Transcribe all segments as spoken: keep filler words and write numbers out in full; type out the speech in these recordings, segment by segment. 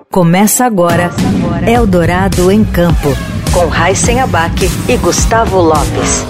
Começa agora Eldorado em Campo, com Raíssen Abac e Gustavo Lopes.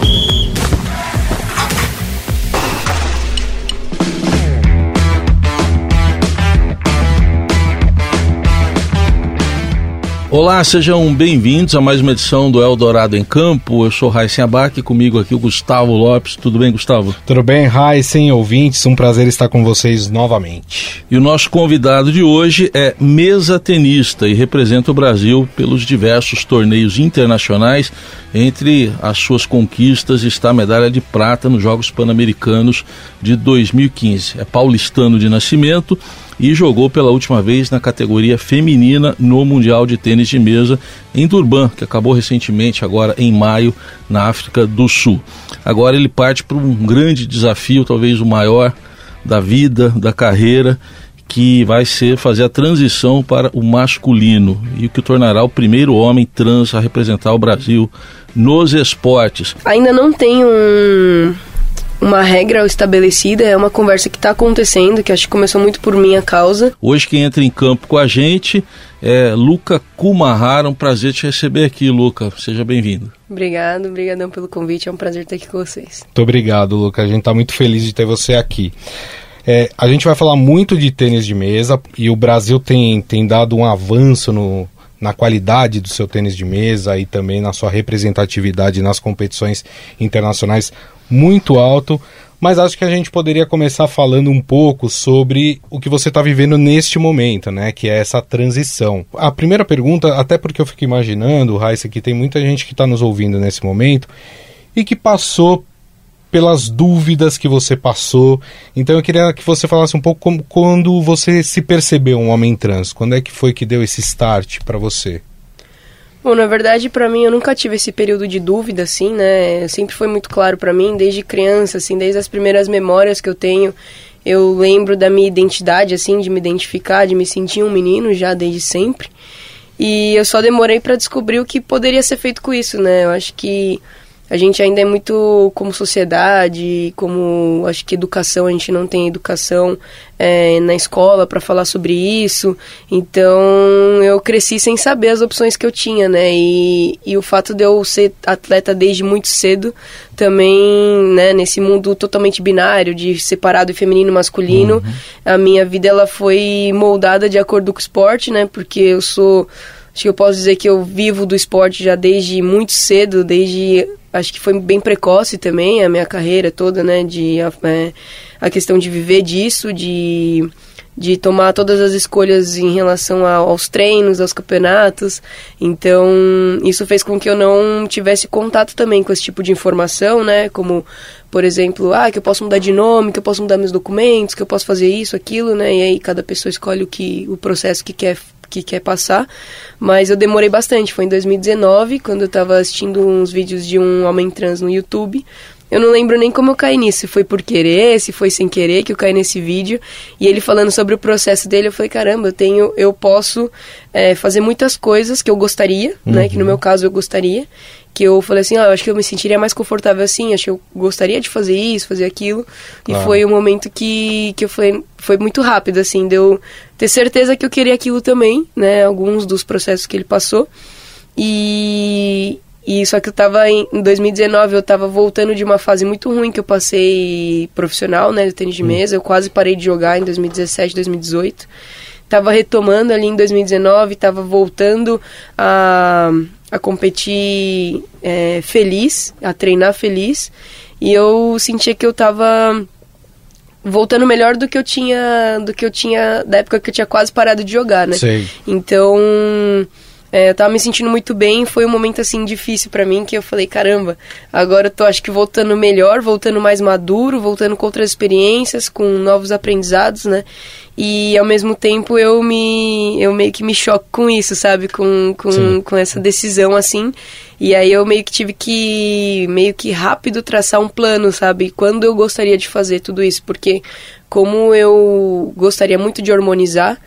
Olá, sejam bem-vindos a mais uma edição do Eldorado em Campo. Eu sou Raíssen Abac, comigo aqui o Gustavo Lopes. Tudo bem, Gustavo? Tudo bem, Raíssen, ouvintes, um prazer estar com vocês novamente. E o nosso convidado de hoje é mesa-tenista e representa o Brasil pelos diversos torneios internacionais. Entre as suas conquistas está a medalha de prata nos Jogos Pan-Americanos de dois mil e quinze. É paulistano de nascimento e jogou pela última vez na categoria feminina no Mundial de Tênis de Mesa em Durban, que acabou recentemente, agora em maio, na África do Sul. Agora ele parte para um grande desafio, talvez o maior da vida, da carreira, que vai ser fazer a transição para o masculino e o que o tornará o primeiro homem trans a representar o Brasil nos esportes. Ainda não tem um... uma regra estabelecida, é uma conversa que está acontecendo, que acho que começou muito por minha causa. Hoje quem entra em campo com a gente é Luca Kumahara. Um prazer te receber aqui, Luca. Seja bem-vindo. Obrigado, obrigadão pelo convite, é um prazer estar aqui com vocês. Muito obrigado, Luca. A gente está muito feliz de ter você aqui. É, a gente vai falar muito de tênis de mesa e o Brasil tem, tem dado um avanço no, na qualidade do seu tênis de mesa e também na sua representatividade nas competições internacionais muito alto, mas acho que a gente poderia começar falando um pouco sobre o que você está vivendo neste momento, né, que é essa transição. A primeira pergunta, até porque eu fico imaginando, Raíssa, que tem muita gente que está nos ouvindo nesse momento e que passou pelas dúvidas que você passou, então eu queria que você falasse um pouco como, quando você se percebeu um homem trans, quando é que foi que deu esse start para você? Bom, na verdade, pra mim, eu nunca tive esse período de dúvida, assim, né, sempre foi muito claro pra mim, desde criança, assim, desde as primeiras memórias que eu tenho, eu lembro da minha identidade, assim, de me identificar, de me sentir um menino já desde sempre, e eu só demorei pra descobrir o que poderia ser feito com isso, né, eu acho que a gente ainda é muito, como sociedade, como, acho que educação, a gente não tem educação é, na escola para falar sobre isso, então eu cresci sem saber as opções que eu tinha, né, e, e o fato de eu ser atleta desde muito cedo, também, né, nesse mundo totalmente binário, de separado e feminino e masculino, uhum. A minha vida, ela foi moldada de acordo com o esporte, né, porque eu sou, acho que eu posso dizer que eu vivo do esporte já desde muito cedo, desde... Acho que foi bem precoce também a minha carreira toda, né, de, é, a questão de viver disso, de, de tomar todas as escolhas em relação a, aos treinos, aos campeonatos. Então, isso fez com que eu não tivesse contato também com esse tipo de informação, né, como, por exemplo, ah, que eu posso mudar de nome, que eu posso mudar meus documentos, que eu posso fazer isso, aquilo, né, e aí cada pessoa escolhe o, que, o processo que quer que quer passar, mas eu demorei bastante, foi em dois mil e dezenove, quando eu tava assistindo uns vídeos de um homem trans no YouTube, eu não lembro nem como eu caí nisso, se foi por querer, se foi sem querer que eu caí nesse vídeo, e ele falando sobre o processo dele, eu falei, caramba, eu tenho, eu posso é, fazer muitas coisas que eu gostaria, uhum. né, que no meu caso eu gostaria, que eu falei assim, ah, eu acho que eu me sentiria mais confortável assim, acho que eu gostaria de fazer isso, fazer aquilo, claro. E foi um momento que, que eu falei, foi muito rápido, assim, de eu ter certeza que eu queria aquilo também, né, alguns dos processos que ele passou, e, e só que eu tava, em, em dois mil e dezenove, eu tava voltando de uma fase muito ruim que eu passei profissional, né, de tênis de mesa, eu quase parei de jogar em dois mil e dezessete, dois mil e dezoito, tava retomando ali em dois mil e dezenove, tava voltando a... a competir é, feliz, a treinar feliz, e eu sentia que eu tava voltando melhor do que eu tinha, do que eu tinha, da época que eu tinha quase parado de jogar, né? Sei. Então, é, eu tava me sentindo muito bem, foi um momento, assim, difícil pra mim, que eu falei, caramba, agora eu tô, acho que voltando melhor, voltando mais maduro, voltando com outras experiências, com novos aprendizados, né? E ao mesmo tempo eu me eu meio que me choco com isso, sabe, com, com, com essa decisão, assim, e aí eu meio que tive que meio que rápido traçar um plano, sabe, quando eu gostaria de fazer tudo isso, porque como eu gostaria muito de hormonizar,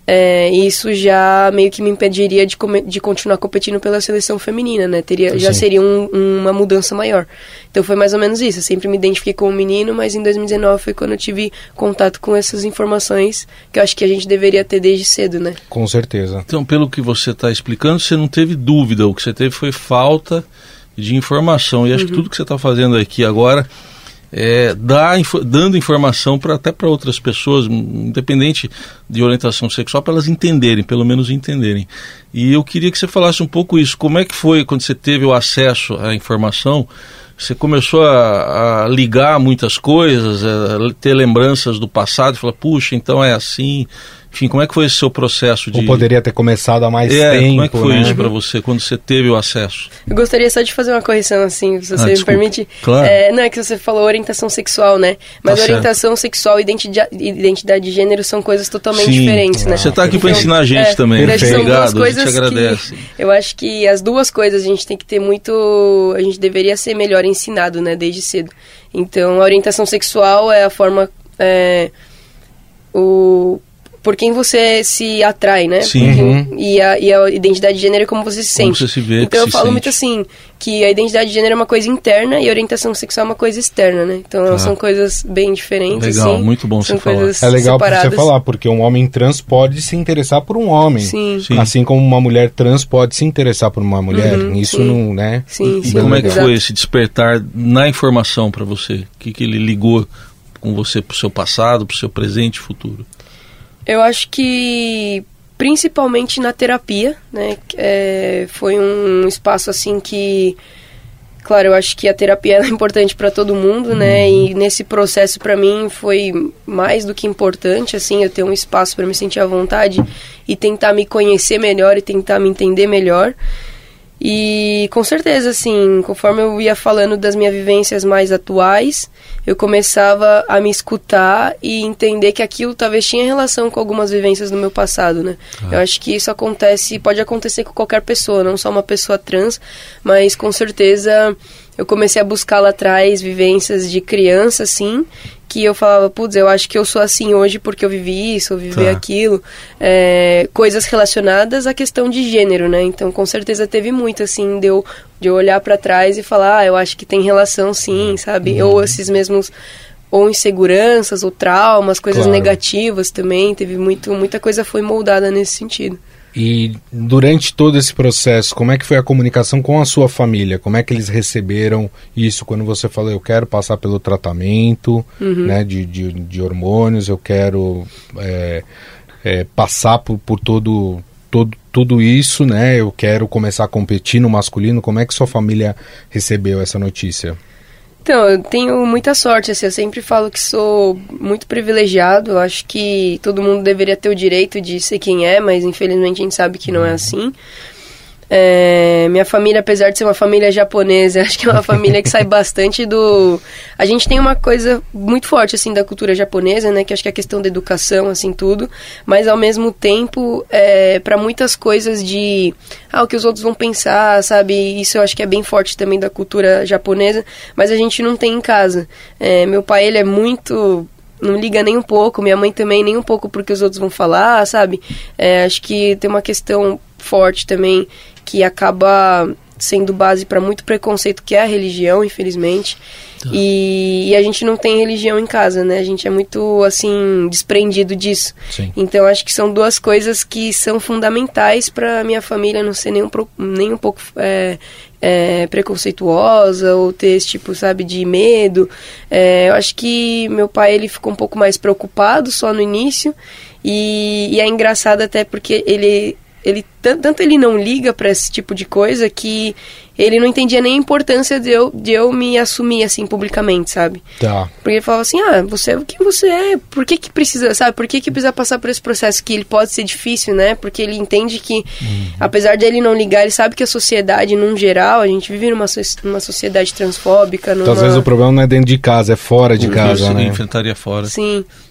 É, isso já meio que me impediria de, come- de continuar competindo pela seleção feminina, né? Teria, já Sim. seria um, uma mudança maior. Então foi mais ou menos isso. Eu sempre me identifiquei como menino, mas em dois mil e dezenove foi quando eu tive contato com essas informações que eu acho que a gente deveria ter desde cedo, né? Com certeza. Então, pelo que você está explicando, você não teve dúvida, o que você teve foi falta de informação. E acho que tudo que você está fazendo aqui agora é dar, info- dando informação pra, até para outras pessoas, independente de orientação sexual, para elas entenderem, pelo menos entenderem. E eu queria que você falasse um pouco isso. Como é que foi quando você teve o acesso à informação? Você começou a, a ligar muitas coisas, a ter lembranças do passado, e falar, puxa, então é assim. Enfim, como é que foi esse seu processo de... Ou poderia ter começado há mais é, tempo, como é que foi né? isso para você, quando você teve o acesso? Eu gostaria só de fazer uma correção, assim, se Ah, você me desculpa. permite. Claro. É, não, é que você falou orientação sexual, né? Mas Tá orientação sexual e identidade, identidade de gênero são coisas totalmente Sim. diferentes, né? Você está aqui para Então, ensinar a gente é, também. então, são duas Obrigado, a gente coisas agradece. que eu acho que as duas coisas a gente tem que ter muito... A gente deveria ser melhor ensinado, né? Desde cedo. Então, a orientação sexual é a forma... É, o... por quem você se atrai, né? Sim. Por quem- Uhum. e, a, e a identidade de gênero é como você se Como sente. você se vê, Então que eu se falo sente. muito assim, que a identidade de gênero é uma coisa interna e a orientação sexual é uma coisa externa, né? Então Tá. são coisas bem diferentes, Legal, assim. muito bom São você falar. coisas É legal pra separadas. você falar, porque um homem trans pode se interessar por um homem. Sim. Sim. Assim como uma mulher trans pode se interessar por uma mulher. Uhum, Isso sim. não, né? Sim, E sim. como é que Exato. foi esse despertar na informação para você? O que, que ele ligou com você para o seu passado, para o seu presente e futuro? Eu acho que principalmente na terapia, né? É, foi um espaço assim que, claro, eu acho que a terapia é importante para todo mundo, né? E nesse processo para mim foi mais do que importante, assim, eu ter um espaço para me sentir à vontade e tentar me conhecer melhor e tentar me entender melhor. E com certeza, assim, conforme eu ia falando das minhas vivências mais atuais, eu começava a me escutar e entender que aquilo talvez tinha relação com algumas vivências do meu passado, né? Ah. Eu acho que isso acontece, pode acontecer com qualquer pessoa, não só uma pessoa trans, mas com certeza eu comecei a buscar lá atrás vivências de criança, assim, que eu falava, putz, eu acho que eu sou assim hoje porque eu vivi isso, eu vivi Tá. aquilo. É, coisas relacionadas à questão de gênero, né? Então, com certeza teve muito, assim, de eu, de eu olhar pra trás e falar, ah, eu acho que tem relação sim, sabe? Ou esses mesmos, ou inseguranças, ou traumas, coisas Claro. negativas também. Teve muito, muita coisa foi moldada nesse sentido. E durante todo esse processo, como é que foi a comunicação com a sua família? Como é que eles receberam isso quando você falou, eu quero passar pelo tratamento, né, de, de, de hormônios, eu quero é, é, passar por, por todo, todo, tudo isso, né, eu quero começar a competir no masculino. Como é que sua família recebeu essa notícia? Então, eu tenho muita sorte, assim, eu sempre falo que sou muito privilegiado, eu acho que todo mundo deveria ter o direito de ser quem é, mas infelizmente a gente sabe que não é assim. É, minha família, apesar de ser uma família japonesa, acho que é uma família que sai bastante do... A gente tem uma coisa muito forte, assim, da cultura japonesa, né, que acho que é a questão da educação, assim, tudo, mas ao mesmo tempo, é, para muitas coisas de... Ah, o que os outros vão pensar, sabe? Isso eu acho que é bem forte também da cultura japonesa, mas a gente não tem em casa. É, meu pai, ele é muito... Não liga nem um pouco, minha mãe também nem um pouco porque os outros vão falar, sabe? É, acho que tem uma questão forte também que acaba sendo base para muito preconceito, que é a religião, infelizmente. Tá. E, e a gente não tem religião em casa, né? A gente é muito, assim, desprendido disso. Sim. Então, acho que são duas coisas que são fundamentais para minha família não ser nem um, nem um pouco é, é, preconceituosa ou ter esse tipo, sabe, de medo. É, eu acho que meu pai, ele ficou um pouco mais preocupado só no início. E, e é engraçado até porque ele... Ele, tanto ele não liga pra esse tipo de coisa que ele não entendia nem a importância de eu, de eu me assumir assim publicamente, sabe? Tá. Porque ele falava assim, ah, você é o que você é, por que que precisa, sabe? Por que que precisa passar por esse processo que ele pode ser difícil, né? Porque ele entende que, uhum. apesar de ele não ligar, ele sabe que a sociedade, num geral, a gente vive numa, so- numa sociedade transfóbica. Numa... Então, às vezes o problema não é dentro de casa, é fora de Por casa, isso, né? enfrentaria fora. Sim.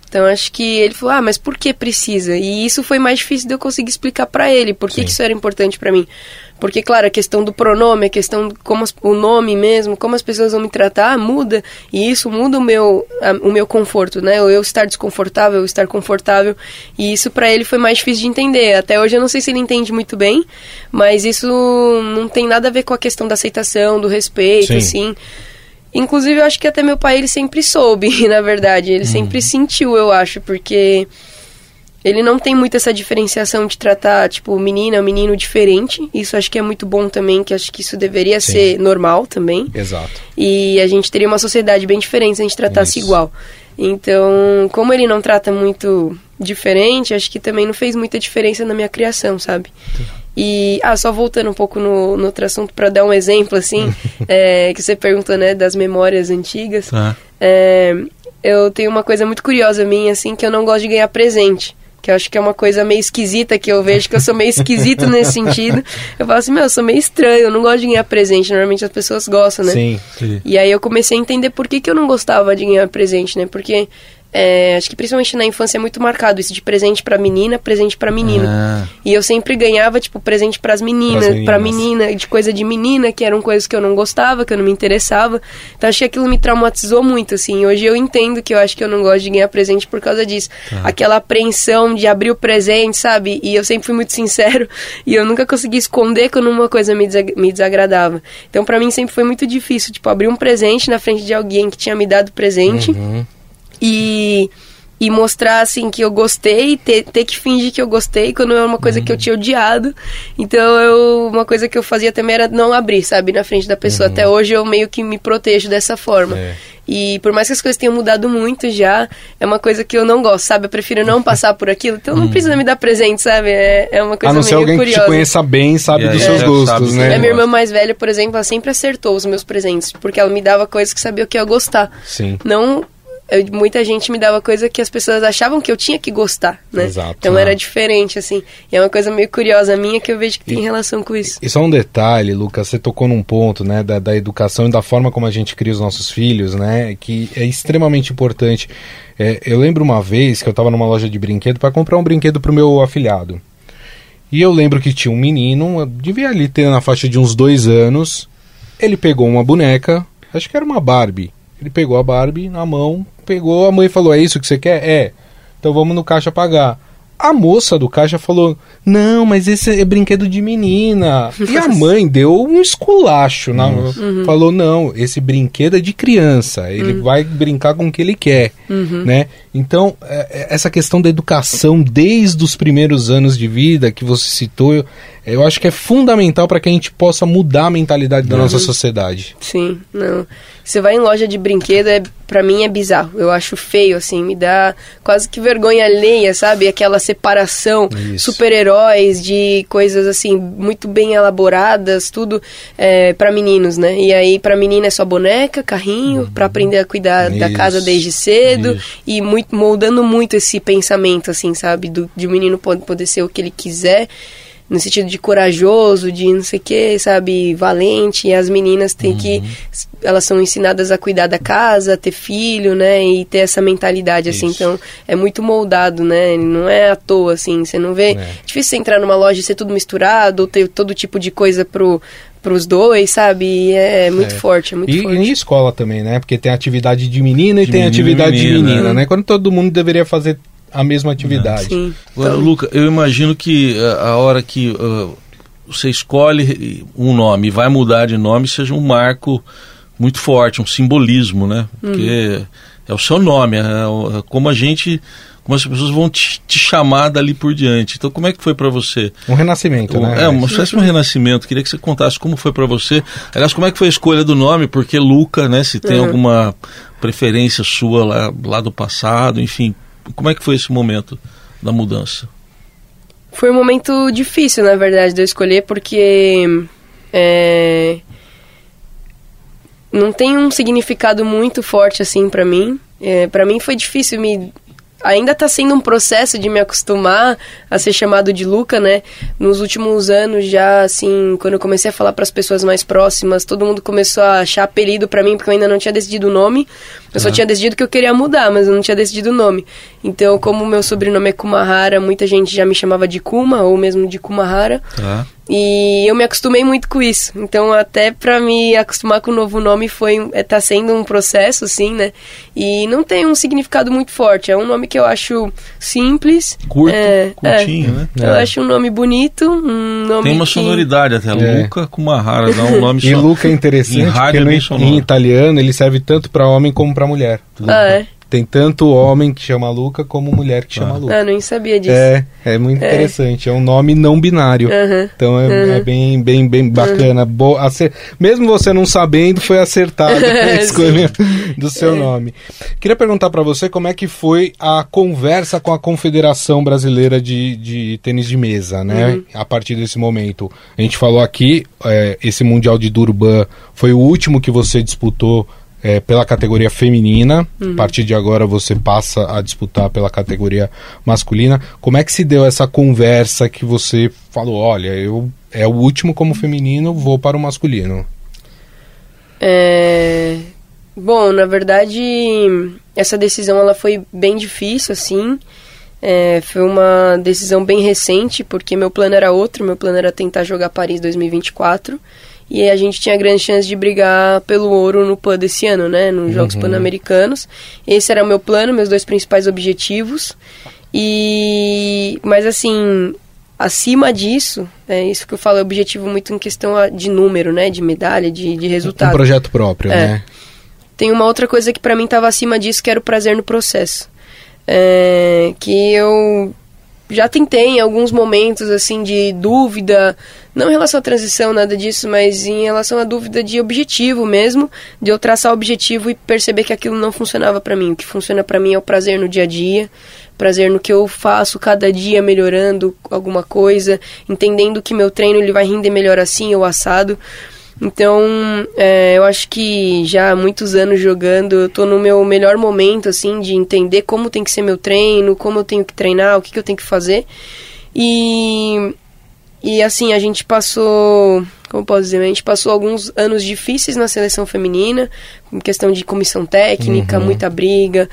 Então acho que ele falou, ah, mas por que precisa? E isso foi mais difícil de eu conseguir explicar pra ele, por que, que isso era importante pra mim. Porque, claro, a questão do pronome, a questão de como as, o nome mesmo, como as pessoas vão me tratar, muda. E isso muda o meu, a, o meu conforto, né? Eu estar desconfortável, eu estar confortável. E isso pra ele foi mais difícil de entender. Até hoje eu não sei se ele entende muito bem, mas isso não tem nada a ver com a questão da aceitação, do respeito, Sim. assim. Inclusive, eu acho que até meu pai, ele sempre soube, na verdade. Ele hum. sempre sentiu, eu acho, porque... Ele não tem muito essa diferenciação de tratar, tipo, menina ou menino diferente. Isso acho que é muito bom também, que acho que isso deveria Sim. ser normal também. Exato. E a gente teria uma sociedade bem diferente se a gente tratasse isso. igual. Então, como ele não trata muito diferente, acho que também não fez muita diferença na minha criação, sabe? E, ah, só voltando um pouco no, no outro assunto, para dar um exemplo, assim, é, que você perguntou, né, das memórias antigas. Ah. É, eu tenho uma coisa muito curiosa minha, assim, que eu não gosto de ganhar presente. Que eu acho que é uma coisa meio esquisita, que eu vejo que eu sou meio esquisito nesse sentido. Eu falo assim, meu, eu sou meio estranho, eu não gosto de ganhar presente. Normalmente as pessoas gostam, né? Sim, sim. E aí eu comecei a entender por que, que eu não gostava de ganhar presente, né? Porque é, acho que principalmente na infância é muito marcado isso de presente pra menina, presente pra menino. Ah. E eu sempre ganhava, tipo, presente pras meninas, pras pra menina, de coisa de menina, que eram coisas que eu não gostava, que eu não me interessava. Então acho que aquilo me traumatizou muito, assim. Hoje eu entendo que eu acho que eu não gosto de ganhar presente por causa disso. Ah. Aquela apreensão de abrir o presente, sabe? E eu sempre fui muito sincero e eu nunca consegui esconder quando uma coisa me, desag- me desagradava. Então pra mim sempre foi muito difícil, tipo, abrir um presente na frente de alguém que tinha me dado presente. Uhum. E, e mostrar, assim, que eu gostei, ter, ter que fingir que eu gostei quando era uma coisa uhum. que eu tinha odiado. Então, eu, uma coisa que eu fazia também era não abrir, sabe, na frente da pessoa. Uhum. Até hoje eu meio que me protejo dessa forma. É. E por mais que as coisas tenham mudado muito já, é uma coisa que eu não gosto, sabe? Eu prefiro não passar por aquilo. Então, não uhum. precisa me dar presente, sabe? É, é uma coisa meio curiosa. A não ser alguém curiosa. Que te conheça bem, sabe yeah, dos seus yeah, gostos, né? A minha irmã mais velha, por exemplo, ela sempre acertou os meus presentes. Porque ela me dava coisas que sabia o que eu ia gostar. Sim. Não... Eu, muita gente me dava coisa que as pessoas achavam que eu tinha que gostar, né? Exato. Então era diferente, assim. E é uma coisa meio curiosa minha que eu vejo que tem e, relação com isso. E só um detalhe, Lucas, você tocou num ponto, né, da, da educação e da forma como a gente cria os nossos filhos, né, que é extremamente importante. É, eu lembro uma vez que eu estava numa loja de brinquedo para comprar um brinquedo pro meu afilhado. E eu lembro que tinha um menino, devia ali ter na faixa de uns dois anos, ele pegou uma boneca, acho que era uma Barbie. Ele pegou a Barbie na mão, pegou, a mãe falou, é isso que você quer? É, então vamos no caixa pagar. A moça do caixa falou, não, mas esse é brinquedo de menina. E a mãe deu um esculacho, na, uhum. falou, não, esse brinquedo é de criança, ele uhum. vai brincar com o que ele quer, uhum. né? Então, é, essa questão da educação desde os primeiros anos de vida que você citou, eu, eu acho que é fundamental para que a gente possa mudar a mentalidade da uhum. nossa sociedade. Sim, não. Você vai em loja de brinquedo, é, pra mim é bizarro. Eu acho feio, assim, me dá quase que vergonha alheia, sabe? Aquela separação, Isso. super-heróis de coisas, assim, muito bem elaboradas, tudo é, pra meninos, né? E aí, pra menina é só boneca, carrinho, uhum. pra aprender a cuidar Isso. da casa desde cedo. Isso. E muito, moldando muito esse pensamento, assim, sabe? Do, de o um menino pode, poder ser o que ele quiser. No sentido de corajoso, de não sei o que, sabe, valente, e as meninas têm uhum. que, elas são ensinadas a cuidar da casa, a ter filho, né, e ter essa mentalidade, assim, Isso. então é muito moldado, né, não é à toa, assim, você não vê, é, é difícil você entrar numa loja e ser tudo misturado, ou ter todo tipo de coisa pro... pros dois, sabe? E é muito é. forte, é muito e, forte. E em escola também, né? Porque tem atividade de menina e de tem menino atividade e menina, de menina, né? Quando todo mundo deveria fazer a mesma atividade. Sim. Agora, então... Luca, eu imagino que a, a hora que uh, você escolhe um nome e vai mudar de nome seja um marco muito forte, um simbolismo, né? Porque uhum. é o seu nome, é, é como a gente... como as pessoas vão te, te chamar dali por diante. Então, como é que foi para você? Um renascimento, o, né? É, uma espécie de um renascimento. Queria que você contasse como foi para você. Aliás, como é que foi a escolha do nome? Porque Luca, né? Se tem uhum. alguma preferência sua lá, lá do passado, enfim. Como é que foi esse momento da mudança? Foi um momento difícil, na verdade, de eu escolher, porque... É, não tem um significado muito forte, assim, para mim. É, para mim foi difícil me... ainda tá sendo um processo de me acostumar a ser chamado de Luca, né? Nos últimos anos já, assim, quando eu comecei a falar para as pessoas mais próximas, todo mundo começou a achar apelido para mim, porque eu ainda não tinha decidido o nome. Eu só ah. tinha decidido que eu queria mudar, mas eu não tinha decidido o nome. Então, como meu sobrenome é Kumahara, muita gente já me chamava de Kuma, ou mesmo de Kumahara. Ah. E eu me acostumei muito com isso. Então, até pra me acostumar com o novo nome, foi, é, tá sendo um processo, assim, né? E não tem um significado muito forte. É um nome que eu acho simples. Curto, é, curtinho, é, né? Eu é. acho um nome bonito, um nome tem uma que... sonoridade até. É. Luca Kumahara, dá um nome só. E Luca é interessante, em porque no, em italiano ele serve tanto pra homem como pra mulher. Luca. Ah, é? Tem tanto homem que chama Luca como mulher que chama ah. Luca. Ah, nem sabia disso. É, é muito é. interessante. É um nome não binário. Uhum. Então é, uhum. é bem, bem, bem bacana. Uhum. Bo- acer- Mesmo você não sabendo, foi acertado a escolha do seu é. nome. Queria perguntar para você como é que foi a conversa com a Confederação Brasileira de, de Tênis de Mesa, né? Uhum. A partir desse momento. A gente falou aqui, é, esse Mundial de Durban foi o último que você disputou É, pela categoria feminina. Uhum. A partir de agora você passa a disputar pela categoria masculina. Como é que se deu essa conversa que você falou, olha, eu é o último como feminino, vou para o masculino? É... Bom, na verdade, essa decisão ela foi bem difícil, assim. É, foi uma decisão bem recente, porque meu plano era outro. Meu plano era tentar jogar Paris dois mil e vinte e quatro. E a gente tinha grande chance de brigar pelo ouro no P A desse ano, né? Nos Jogos uhum. Pan-Americanos. Esse era o meu plano, meus dois principais objetivos. E... Mas assim, acima disso, é isso que eu falo, é objetivo muito em questão de número, né? De medalha, de, de resultado. Um projeto próprio, é. né? Tem uma outra coisa que pra mim estava acima disso, que era o prazer no processo. É... Que eu... Já tentei em alguns momentos, assim, de dúvida, não em relação à transição, nada disso, mas em relação à dúvida de objetivo mesmo, de eu traçar o objetivo e perceber que aquilo não funcionava pra mim. O que funciona pra mim é o prazer no dia a dia, prazer no que eu faço cada dia, melhorando alguma coisa, entendendo que meu treino ele vai render melhor assim ou assado. Então, é, eu acho que já há muitos anos jogando, eu tô no meu melhor momento, assim, de entender como tem que ser meu treino, como eu tenho que treinar, o que, que eu tenho que fazer. E, e, assim, a gente passou, como posso dizer, a gente passou alguns anos difíceis na seleção feminina, em questão de comissão técnica, uhum. muita briga.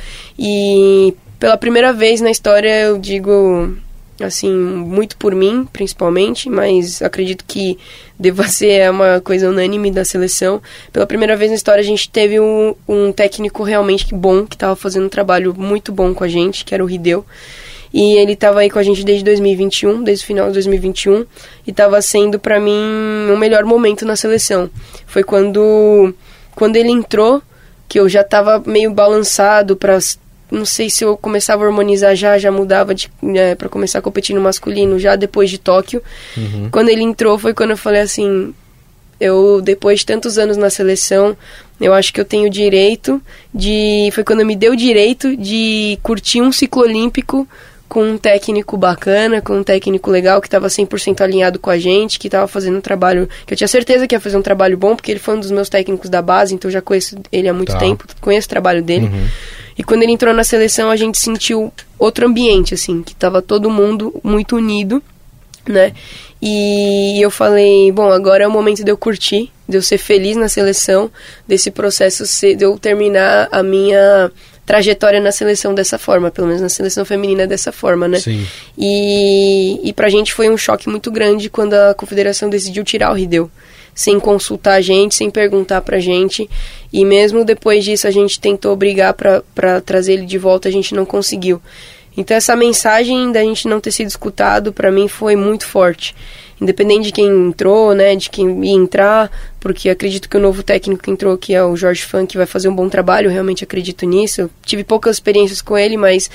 E pela primeira vez na história, eu digo... assim, muito por mim, principalmente, mas acredito que deva ser uma coisa unânime da seleção. Pela primeira vez na história, a gente teve um, um técnico realmente bom, que estava fazendo um trabalho muito bom com a gente, que era o Hideo. E ele estava aí com a gente desde dois mil e vinte e um, desde o final de dois mil e vinte e um, e estava sendo, para mim, o melhor momento na seleção. Foi quando, quando ele entrou, que eu já estava meio balançado para... Não sei se eu começava a harmonizar já, já mudava de, é, para começar a competir no masculino já depois de Tóquio. Uhum. Quando ele entrou foi quando eu falei assim, eu depois de tantos anos na seleção, eu acho que eu tenho direito de... Foi quando me deu o direito de curtir um ciclo olímpico com um técnico bacana, com um técnico legal, que estava cem por cento alinhado com a gente, que estava fazendo um trabalho... que eu tinha certeza que ia fazer um trabalho bom, porque ele foi um dos meus técnicos da base, então eu já conheço ele há muito tá. tempo, conheço o trabalho dele. Uhum. E quando ele entrou na seleção, a gente sentiu outro ambiente, assim, que tava todo mundo muito unido, né? E eu falei, bom, agora é o momento de eu curtir, de eu ser feliz na seleção, desse processo ser, de eu terminar a minha trajetória na seleção dessa forma, pelo menos na seleção feminina dessa forma, né? Sim. E, e pra gente foi um choque muito grande quando a confederação decidiu tirar o Hideo, sem consultar a gente, sem perguntar pra gente, e mesmo depois disso a gente tentou brigar pra, pra trazer ele de volta, a gente não conseguiu. Então essa mensagem da gente não ter sido escutado, pra mim foi muito forte. Independente de quem entrou, né, de quem ia entrar, porque acredito que o novo técnico que entrou, que é o Jorge Funk, vai fazer um bom trabalho, eu realmente acredito nisso. Eu tive poucas experiências com ele, mas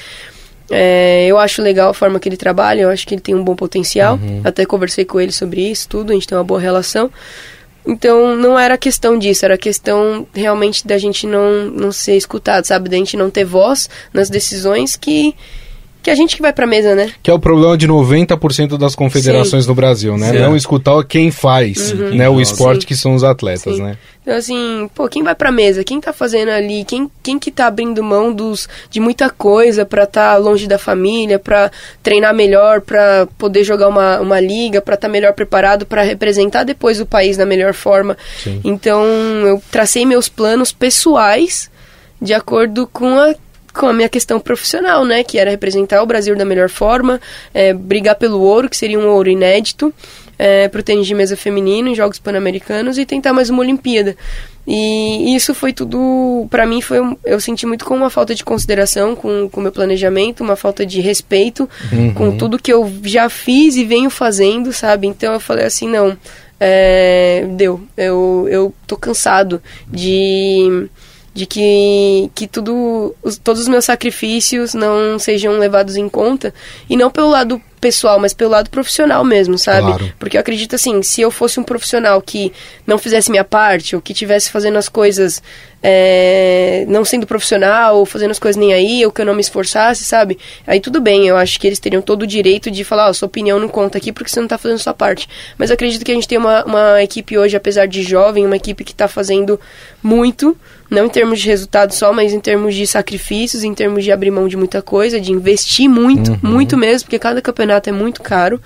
é, eu acho legal a forma que ele trabalha, eu acho que ele tem um bom potencial. Uhum. Até conversei com ele sobre isso, tudo, a gente tem uma boa relação. Então, não era questão disso, era questão realmente da gente não, não ser escutado, sabe? Da gente não ter voz nas decisões que, que a gente que vai pra mesa, né? Que é o problema de noventa por cento das confederações Sim. no Brasil, né? Sim. Não escutar quem faz, uhum. né? O esporte Sim. que são os atletas, Sim. né? Então, assim, pô, quem vai pra mesa? Quem tá fazendo ali? Quem, quem que tá abrindo mão dos, de muita coisa pra tá longe da família, pra treinar melhor, pra poder jogar uma, uma liga, pra tá melhor preparado, pra representar depois o país da melhor forma. Sim. Então, eu tracei meus planos pessoais de acordo com a com a minha questão profissional, né, que era representar o Brasil da melhor forma, é, brigar pelo ouro, que seria um ouro inédito, é, pro tênis de mesa feminino em Jogos Pan-Americanos e tentar mais uma Olimpíada. E isso foi tudo, pra mim, foi um, eu senti muito como uma falta de consideração com o meu planejamento, uma falta de respeito uhum. com tudo que eu já fiz e venho fazendo, sabe? Então eu falei assim, não, é, deu, eu, eu tô cansado de... de que, que tudo, os, todos os meus sacrifícios não sejam levados em conta, e não pelo lado pessoal, mas pelo lado profissional mesmo, sabe? Claro. Porque eu acredito assim, se eu fosse um profissional que não fizesse minha parte, ou que estivesse fazendo as coisas é, não sendo profissional, ou fazendo as coisas nem aí, ou que eu não me esforçasse, sabe? Aí tudo bem, eu acho que eles teriam todo o direito de falar, ó, oh, sua opinião não conta aqui porque você não tá fazendo sua parte. Mas eu acredito que a gente tem uma, uma equipe hoje, apesar de jovem, uma equipe que tá fazendo muito, não em termos de resultado só, mas em termos de sacrifícios, em termos de abrir mão de muita coisa, de investir muito, uhum. muito mesmo, porque cada campeonato é muito caro.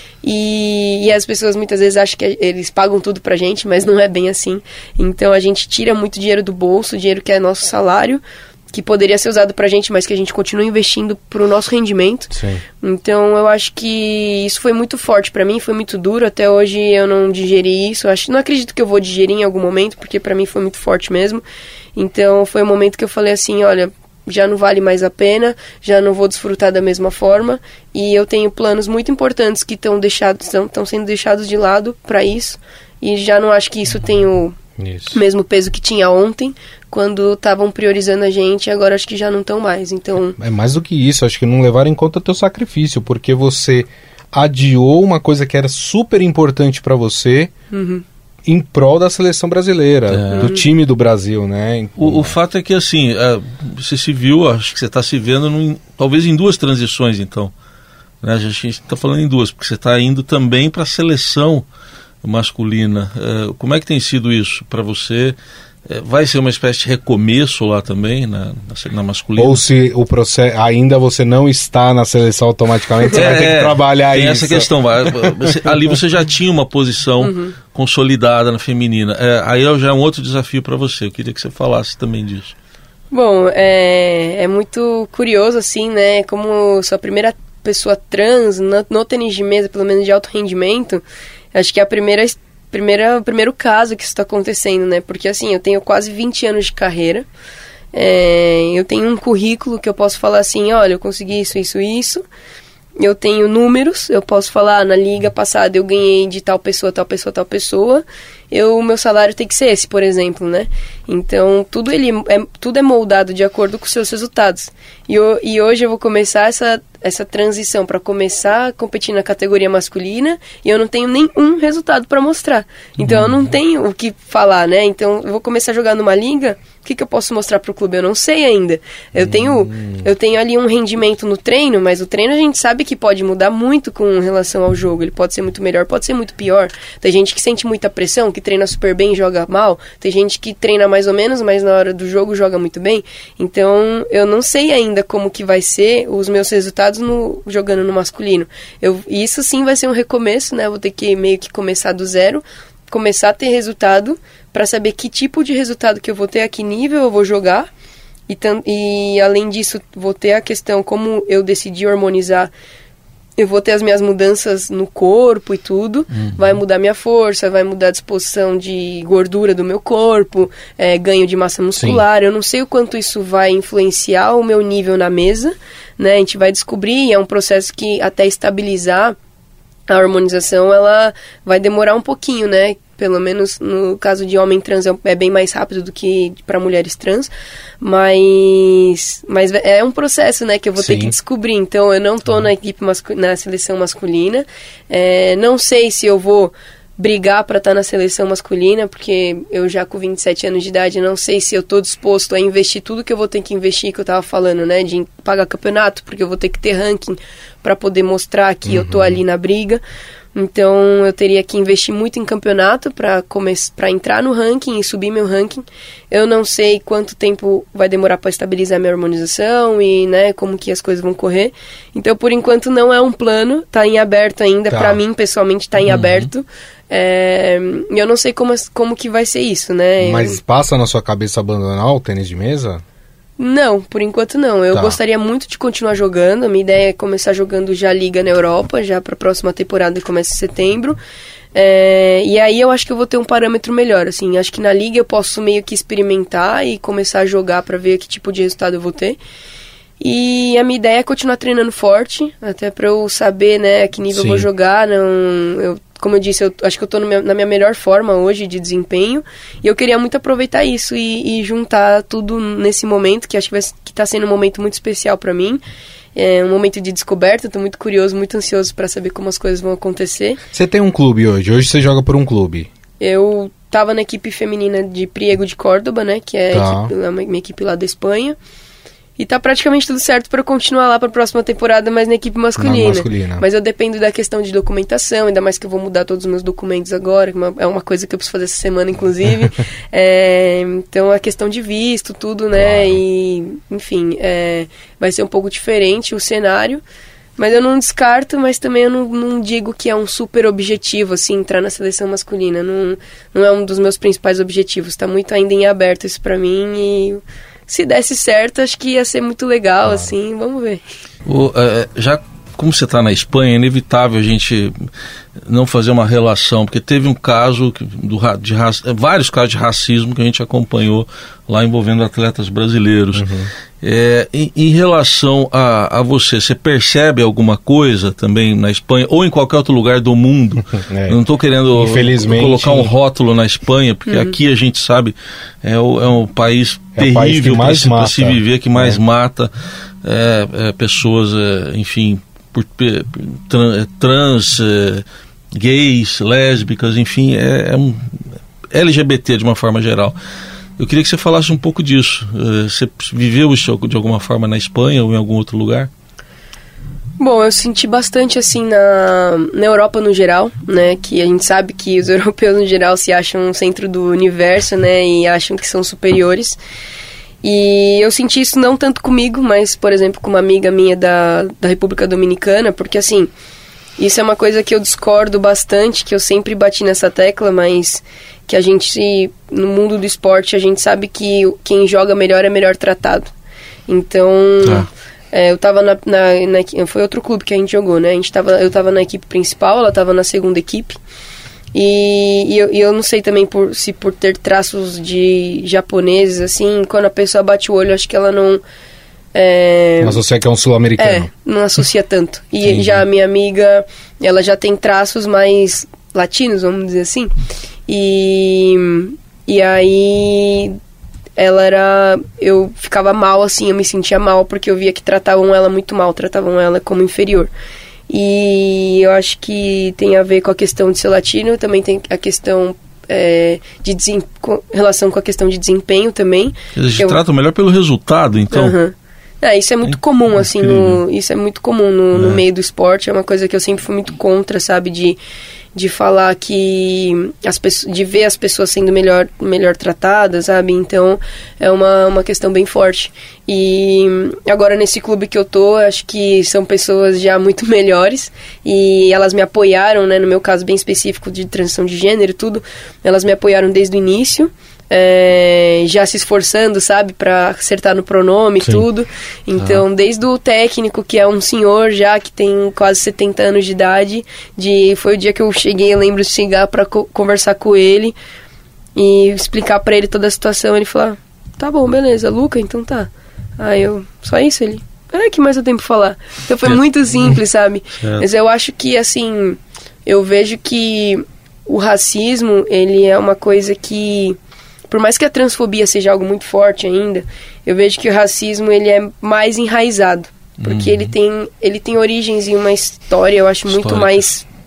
E, e as pessoas muitas vezes acham que eles pagam tudo pra gente, mas não é bem assim. Então a gente tira muito dinheiro do bolso, dinheiro que é nosso salário, que poderia ser usado pra gente, mas que a gente continua investindo pro nosso rendimento. Sim. Então eu acho que isso foi muito forte pra mim, foi muito duro. Até hoje eu não digeri isso. Eu acho, não acredito que eu vou digerir em algum momento, porque pra mim foi muito forte mesmo. Então foi um momento que eu falei assim, olha, já não vale mais a pena, já não vou desfrutar da mesma forma, e eu tenho planos muito importantes que estão deixados, estão sendo deixados de lado para isso, e já não acho que isso tem o isso. mesmo peso que tinha ontem, quando estavam priorizando a gente, agora acho que já não estão mais, então... É, é mais do que isso, acho que não levaram em conta teu sacrifício, porque você adiou uma coisa que era super importante para você, uhum. em prol da seleção brasileira, é. do time do Brasil, né? O, o fato é que, assim, é, você se viu, acho que você está se vendo, num, talvez em duas transições, então. Né? A gente está falando em duas, porque você está indo também para a seleção masculina. É, como é que tem sido isso para você? É, vai ser uma espécie de recomeço lá também, na, na, na masculina? Ou se o processo, ainda você não está na seleção automaticamente, você é, vai ter que trabalhar tem isso. Tem essa questão. Você, ali você já tinha uma posição uhum. consolidada na feminina. É, aí já é um outro desafio para você. Eu queria que você falasse também disso. Bom, é, é muito curioso, assim, né? Como sou a primeira pessoa trans no, no tênis de mesa, pelo menos de alto rendimento, acho que é a primeira... Primeira, primeiro caso que isso está acontecendo, né? Porque, assim, eu tenho quase vinte anos de carreira. É, eu tenho um currículo que eu posso falar assim, olha, eu consegui isso, isso, isso. Eu tenho números, eu posso falar, na liga passada eu ganhei de tal pessoa, tal pessoa, tal pessoa. O meu salário tem que ser esse, por exemplo, né? Então, tudo, ele é, tudo é moldado de acordo com os seus resultados. E, eu, e hoje eu vou começar essa, essa transição para começar a competir na categoria masculina e eu não tenho nenhum resultado para mostrar. Então, eu não tenho o que falar, né? Então, eu vou começar a jogar numa liga, o que, que eu posso mostrar para o clube? Eu não sei ainda. Eu tenho, eu tenho ali um rendimento no treino, mas o treino a gente sabe que pode mudar muito com relação ao jogo. Ele pode ser muito melhor, pode ser muito pior. Tem gente que sente muita pressão, que treina super bem e joga mal. Tem gente que treina mais ou menos, mas na hora do jogo joga muito bem. Então, eu não sei ainda como que vai ser os meus resultados no, jogando no masculino. Eu, isso sim vai ser um recomeço, né? Vou ter que meio que começar do zero, começar a ter resultado para saber que tipo de resultado que eu vou ter, a que nível eu vou jogar. E, tam, e além disso, vou ter a questão como eu decidi hormonizar. Eu vou ter as minhas mudanças no corpo e tudo, uhum. vai mudar minha força, vai mudar a disposição de gordura do meu corpo, é, ganho de massa muscular. Sim. Eu não sei o quanto isso vai influenciar o meu nível na mesa, né? A gente vai descobrir, é um processo que até estabilizar a hormonização, ela vai demorar um pouquinho, né? Pelo menos no caso de homem trans é bem mais rápido do que para mulheres trans, mas, mas é um processo, né, que eu vou Sim. ter que descobrir. Então eu não estou uhum. na equipe mascu- na seleção masculina, é, não sei se eu vou brigar para estar na seleção masculina, porque eu já com vinte e sete anos de idade não sei se eu tô disposto a investir tudo que eu vou ter que investir, que eu tava falando, né, de pagar campeonato, porque eu vou ter que ter ranking para poder mostrar que uhum. eu tô ali na briga. Então eu teria que investir muito em campeonato para para entrar no ranking e subir meu ranking. Eu não sei quanto tempo vai demorar para estabilizar minha harmonização e, né, como que as coisas vão correr. Então, por enquanto, não é um plano, tá em aberto ainda. Tá. Para mim, pessoalmente, tá em uhum. aberto. É, eu não sei como, como que vai ser isso, né? Mas eu... passa na sua cabeça abandonar o tênis de mesa? Não, por enquanto não. Eu tá. gostaria muito de continuar jogando. A minha ideia é começar jogando já Liga na Europa, já para a próxima temporada que começa em setembro. É, e aí eu acho que eu vou ter um parâmetro melhor, assim. Acho que na Liga eu posso meio que experimentar e começar a jogar para ver que tipo de resultado eu vou ter. E a minha ideia é continuar treinando forte, até para eu saber, né, a que nível Sim. eu vou jogar. Não, eu Como eu disse, eu acho que eu estou na minha melhor forma hoje de desempenho. E eu queria muito aproveitar isso e, e juntar tudo nesse momento, que acho que está sendo um momento muito especial para mim. É um momento de descoberta, estou muito curioso, muito ansioso para saber como as coisas vão acontecer. Você tem um clube hoje? Hoje você joga por um clube? Eu estava na equipe feminina de Priego de Córdoba, né, que é tá. a equipe, a minha equipe lá da Espanha. E tá praticamente tudo certo para eu continuar lá para a próxima temporada, mas na equipe masculina. masculina. Mas eu dependo da questão de documentação, ainda mais que eu vou mudar todos os meus documentos agora, que é uma coisa que eu preciso fazer essa semana, inclusive. é, então, a questão de visto, tudo, né? Claro. E, enfim, é, vai ser um pouco diferente o cenário. Mas eu não descarto, mas também eu não, não digo que é um super objetivo, assim, entrar na seleção masculina. Não, não é um dos meus principais objetivos. Tá muito ainda em aberto isso para mim e... Se desse certo, acho que ia ser muito legal, claro. assim, vamos ver. O, é, já como você está na Espanha, é inevitável a gente não fazer uma relação, porque teve um caso, do, de, vários casos de racismo que a gente acompanhou lá envolvendo atletas brasileiros. Uhum. É, em, em relação a, a você, você percebe alguma coisa também na Espanha ou em qualquer outro lugar do mundo? É. Não estou querendo colocar um rótulo na Espanha, porque uhum. aqui a gente sabe, é, o, é um país é terrível para se, se viver, que mais é. mata é, é, pessoas, é, enfim, por, por, trans, é, gays, lésbicas, enfim, é, é um L G B T de uma forma geral. Eu queria que você falasse um pouco disso. Você viveu isso de alguma forma na Espanha ou em algum outro lugar? Bom, eu senti bastante assim na, na Europa no geral, né? Que a gente sabe que os europeus no geral se acham no centro do universo, né? E acham que são superiores. E eu senti isso não tanto comigo, mas, por exemplo, com uma amiga minha da, da República Dominicana, porque assim... Isso é uma coisa que eu discordo bastante, que eu sempre bati nessa tecla, mas que a gente, no mundo do esporte, a gente sabe que quem joga melhor é melhor tratado. Então, ah. é, eu tava na, na, na... Foi outro clube que a gente jogou, né? A gente tava, eu tava na equipe principal, ela tava na segunda equipe. E, e, eu, e eu não sei também por, se por ter traços de japoneses, assim, quando a pessoa bate o olho, acho que ela não... É, não associa que é um sul-americano. É, não associa tanto. E Sim. já a minha amiga, ela já tem traços mais latinos, vamos dizer assim. E, e aí ela era... Eu ficava mal, assim, eu me sentia mal porque eu via que tratavam ela muito mal, tratavam ela como inferior. E eu acho que tem a ver com a questão de ser latino, também tem a questão... É, de desem... relação com a questão de desempenho também. Eles eu... tratam melhor pelo resultado, então... Uhum. É, isso é muito é comum, assim, no, isso é muito comum no, é. no meio do esporte, é uma coisa que eu sempre fui muito contra, sabe, de, de falar que, as pessoas, de ver as pessoas sendo melhor, melhor tratadas, sabe, então é uma, uma questão bem forte. E agora nesse clube que eu tô, acho que são pessoas já muito melhores e elas me apoiaram, né, no meu caso bem específico de transição de gênero e tudo, elas me apoiaram desde o início. É, já se esforçando, sabe, para acertar no pronome e tudo. Então, ah. desde o técnico, que é um senhor já que tem quase setenta anos de idade, de, foi o dia que eu cheguei, eu lembro de chegar para co- conversar com ele e explicar para ele toda a situação. Ele falou, tá bom, beleza, Luca, então tá. Aí eu, só isso? Ele, é, que mais eu tenho pra falar? Então foi muito simples, sabe? Certo. Mas eu acho que, assim, eu vejo que o racismo, ele é uma coisa que... Por mais que a transfobia seja algo muito forte ainda, eu vejo que o racismo ele é mais enraizado. Porque uhum. ele, tem, ele tem origens em uma história, eu acho, muito mais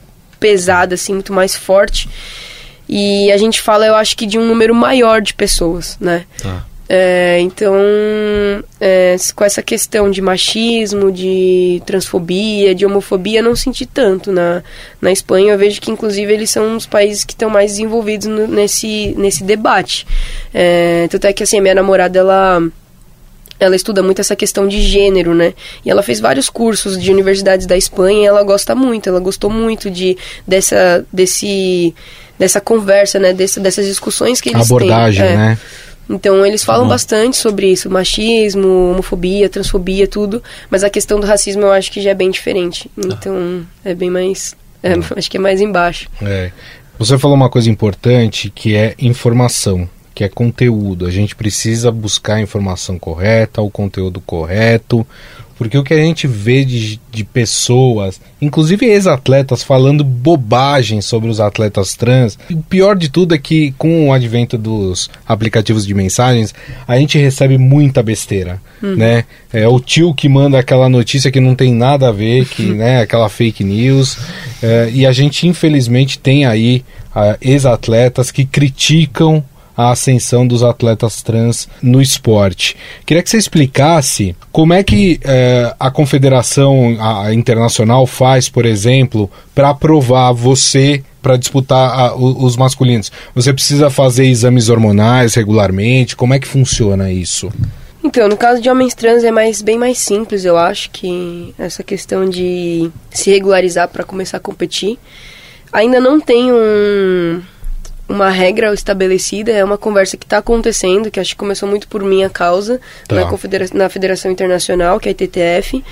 pesada, assim, muito mais forte. E a gente fala, eu acho que de um número maior de pessoas, né? Tá. É, então, é, com essa questão de machismo, de transfobia, de homofobia, eu não senti tanto na, na Espanha. Eu vejo que, inclusive, eles são um dos países que estão mais desenvolvidos no, nesse, nesse debate. É, tanto é que, assim, a minha namorada, ela... ela estuda muito essa questão de gênero, né? E ela fez vários cursos de universidades da Espanha e ela gosta muito, ela gostou muito de, dessa, desse, dessa conversa, né? Dessa, dessas discussões que eles abordagem, têm. É. né? Então, eles falam uhum. bastante sobre isso, machismo, homofobia, transfobia, tudo. Mas a questão do racismo eu acho que já é bem diferente. Então, é bem mais... É, uhum. Acho que é mais embaixo. É. Você falou uma coisa importante, que é informação, que é conteúdo. A gente precisa buscar a informação correta, o conteúdo correto, porque o que a gente vê de, de pessoas, inclusive ex-atletas, falando bobagem sobre os atletas trans, e o pior de tudo é que com o advento dos aplicativos de mensagens, a gente recebe muita besteira, uhum. né? É o tio que manda aquela notícia que não tem nada a ver, que, né, aquela fake news, é, e a gente infelizmente tem aí uh, ex-atletas que criticam a ascensão dos atletas trans no esporte. Queria que você explicasse como é que eh, a confederação a, a internacional faz, por exemplo, para aprovar você para disputar a, o, os masculinos. Você precisa fazer exames hormonais regularmente? Como é que funciona isso? Então, no caso de homens trans é mais, bem mais simples, eu acho, que essa questão de se regularizar para começar a competir. Ainda não tem um... uma regra estabelecida, é uma conversa que está acontecendo, que acho que começou muito por minha causa, tá. na, confedera- na Federação Internacional, que é a I T T F.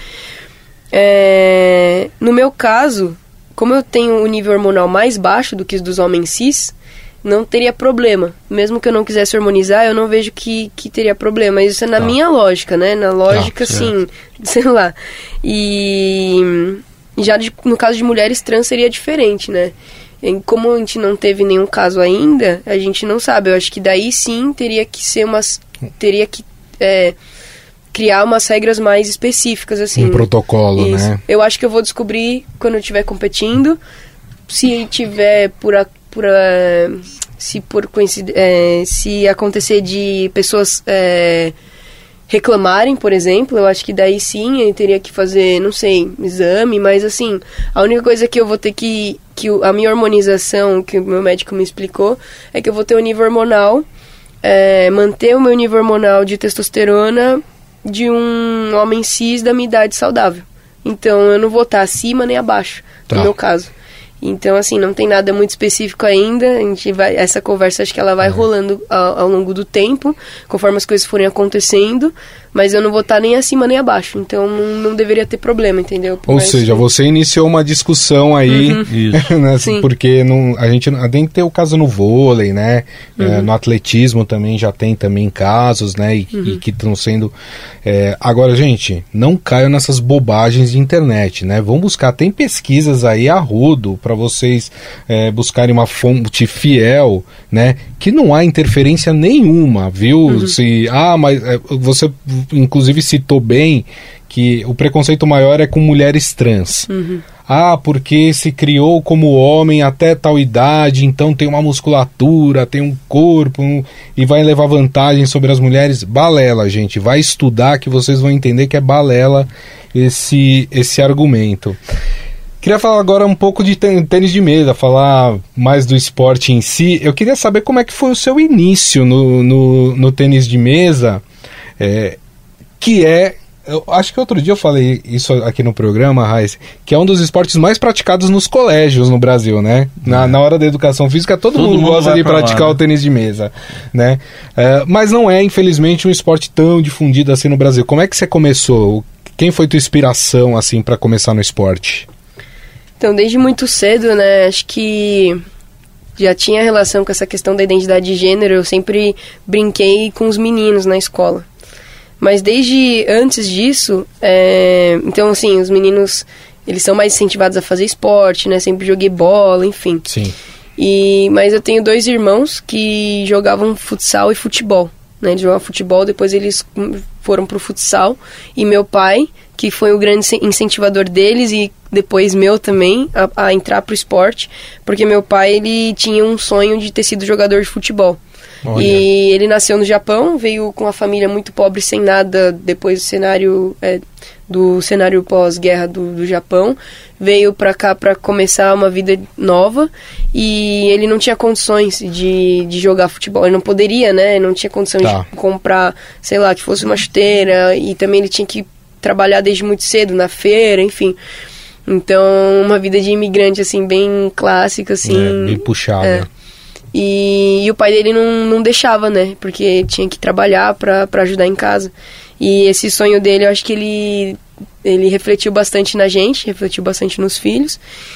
É, no meu caso, como eu tenho o nível hormonal mais baixo do que os dos homens cis, não teria problema. Mesmo que eu não quisesse hormonizar, eu não vejo que, que teria problema. Isso é na tá. minha lógica, né? Na lógica, tá, assim, sei lá. E já de, no caso de mulheres trans seria diferente, né? Como a gente não teve nenhum caso ainda, a gente não sabe. Eu acho que daí sim teria que ser umas... Teria que é, criar umas regras mais específicas, assim. Um protocolo, Isso. né? Eu acho que eu vou descobrir quando eu estiver competindo. Se tiver por... A, por a, se por coincid, é, se acontecer de pessoas... É, reclamarem, por exemplo, eu acho que daí sim eu teria que fazer, não sei, exame, mas assim, a única coisa que eu vou ter que, que a minha hormonização, que o meu médico me explicou, é que eu vou ter o nível hormonal, é, manter o meu nível hormonal de testosterona de um homem cis da minha idade saudável. Então eu não vou estar acima nem abaixo, tá. no meu caso. Então, assim, não tem nada muito específico ainda. A gente vai, essa conversa, acho que ela vai é. rolando ao, ao longo do tempo, conforme as coisas forem acontecendo. Mas eu não vou estar nem acima nem abaixo. Então, não, não deveria ter problema, entendeu? Por Ou seja, que... você iniciou uma discussão aí, uhum. né, porque não, a gente tem que ter o caso no vôlei, né? Uhum. É, no atletismo também já tem também casos, né? E, uhum. e que estão sendo... É... Agora, gente, não caiam nessas bobagens de internet, né? Vão buscar, tem pesquisas aí a rodo para vocês é, buscarem uma fonte fiel, né? Que não há interferência nenhuma, viu? Uhum. Se, ah, mas é, você inclusive citou bem que o preconceito maior é com mulheres trans. Uhum. Ah, porque se criou como homem até tal idade, então tem uma musculatura, tem um corpo um, e vai levar vantagem sobre as mulheres. Balela, gente. Vai estudar que vocês vão entender que é balela esse, esse argumento. Queria falar agora um pouco de tênis de mesa, falar mais do esporte em si. Eu queria saber como é que foi o seu início no, no, no tênis de mesa, é, que é... Eu acho que outro dia eu falei isso aqui no programa, Raiz, que é um dos esportes mais praticados nos colégios no Brasil, né? Na, é. na hora da educação física, todo, todo mundo, mundo gosta de praticar lá, né? o tênis de mesa, né? É, mas não é, infelizmente, um esporte tão difundido assim no Brasil. Como é que você começou? Quem foi tua inspiração, assim, para começar no esporte? Então, desde muito cedo, né? Acho que já tinha relação com essa questão da identidade de gênero. Eu sempre brinquei com os meninos na escola. Mas desde antes disso, é, então assim, os meninos, eles são mais incentivados a fazer esporte, né? Sempre joguei bola, enfim. Sim. E, mas eu tenho dois irmãos que jogavam futsal e futebol, né? Eles jogavam futebol, depois eles foram pro futsal. E meu pai, que foi o grande incentivador deles e depois meu também, a, a entrar pro esporte, porque meu pai, ele tinha um sonho de ter sido jogador de futebol. Olha. E ele nasceu no Japão, veio com uma família muito pobre, sem nada, depois do cenário, é, do cenário pós-guerra do, do Japão, veio pra cá pra começar uma vida nova, e ele não tinha condições de, de jogar futebol, ele não poderia, né, não tinha condições tá. de comprar, sei lá, que fosse uma chuteira, e também ele tinha que trabalhar desde muito cedo na feira, enfim. Então, uma vida de imigrante, assim, bem clássica, assim. É, bem puxada. É. E, e o pai dele não, não deixava, né? Porque tinha que trabalhar pra, pra ajudar em casa. E esse sonho dele, eu acho que ele, ele refletiu bastante na gente, refletiu bastante nos filhos.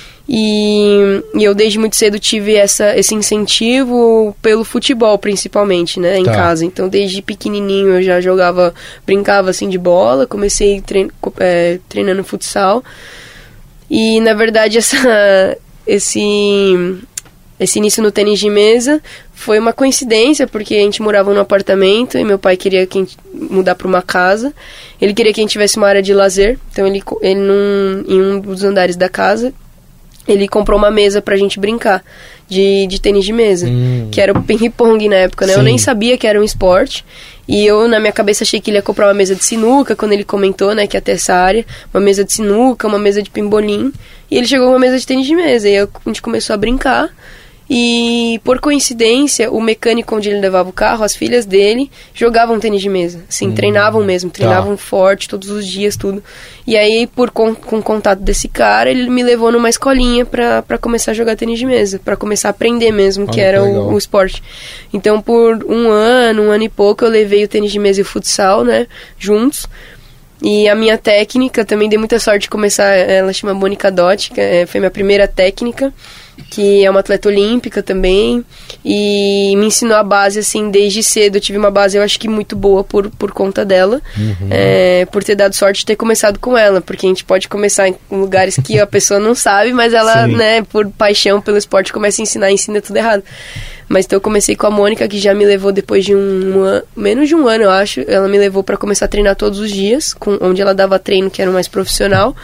E, e eu desde muito cedo tive essa, esse incentivo pelo futebol, principalmente, né? Em tá. casa. Então, desde pequenininho eu já jogava, brincava assim de bola. Comecei trein, é, treinando futsal. E, na verdade, essa, esse... Esse início no tênis de mesa foi uma coincidência, porque a gente morava num apartamento e meu pai queria que a gente mudar para uma casa. Ele queria que a gente tivesse uma área de lazer, então ele, ele num, em um dos andares da casa, ele comprou uma mesa pra gente brincar de, de tênis de mesa, hum. que era o ping-pong na época, né? Sim. Eu nem sabia que era um esporte. E eu, na minha cabeça, achei que ele ia comprar uma mesa de sinuca, quando ele comentou, né, que ia ter essa área. Uma mesa de sinuca, uma mesa de pimbolim. E ele chegou com uma mesa de tênis de mesa. E aí a gente começou a brincar. E, por coincidência, o mecânico onde ele levava o carro, as filhas dele, jogavam tênis de mesa. Assim, hum, treinavam mesmo, treinavam tá. forte, todos os dias, tudo. E aí, por com, com o contato desse cara, ele me levou numa escolinha pra, pra começar a jogar tênis de mesa. Pra começar a aprender mesmo, ah, que era o, o esporte. Então, por um ano, um ano e pouco, eu levei o tênis de mesa e o futsal, né, juntos. E a minha técnica, também dei muita sorte de começar, ela chama Mônica Dotti, que é, foi minha primeira técnica, que é uma atleta olímpica também, e me ensinou a base, assim, desde cedo. Eu tive uma base, eu acho que muito boa por, por conta dela, uhum. é, por ter dado sorte de ter começado com ela, porque a gente pode começar em lugares que a pessoa não sabe, mas ela, Sim. né, por paixão pelo esporte, começa a ensinar e ensina tudo errado. Mas então eu comecei com a Mônica, que já me levou depois de um, um ano, menos de um ano, eu acho, ela me levou para começar a treinar todos os dias, com, onde ela dava treino que era mais profissional.